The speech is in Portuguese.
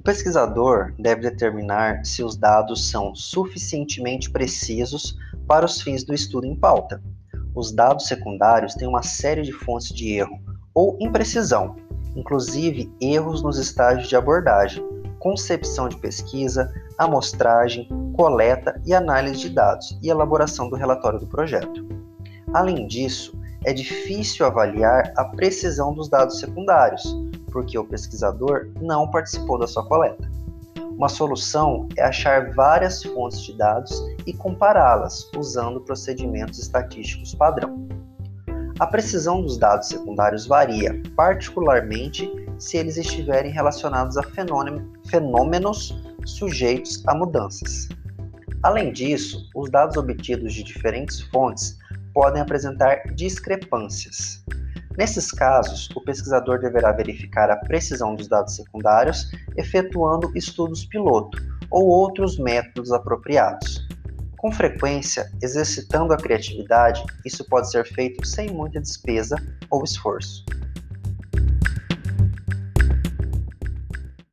pesquisador deve determinar se os dados são suficientemente precisos para os fins do estudo em pauta. Os dados secundários têm uma série de fontes de erro ou imprecisão, inclusive erros nos estágios de abordagem, concepção de pesquisa, amostragem, coleta e análise de dados e elaboração do relatório do projeto. Além disso, é difícil avaliar a precisão dos dados secundários, porque o pesquisador não participou da sua coleta. Uma solução é achar várias fontes de dados e compará-las usando procedimentos estatísticos padrão. A precisão dos dados secundários varia, particularmente se eles estiverem relacionados a fenômenos sujeitos a mudanças. Além disso, os dados obtidos de diferentes fontes podem apresentar discrepâncias. Nesses casos, o pesquisador deverá verificar a precisão dos dados secundários efetuando estudos piloto ou outros métodos apropriados. Com frequência, exercitando a criatividade, isso pode ser feito sem muita despesa ou esforço.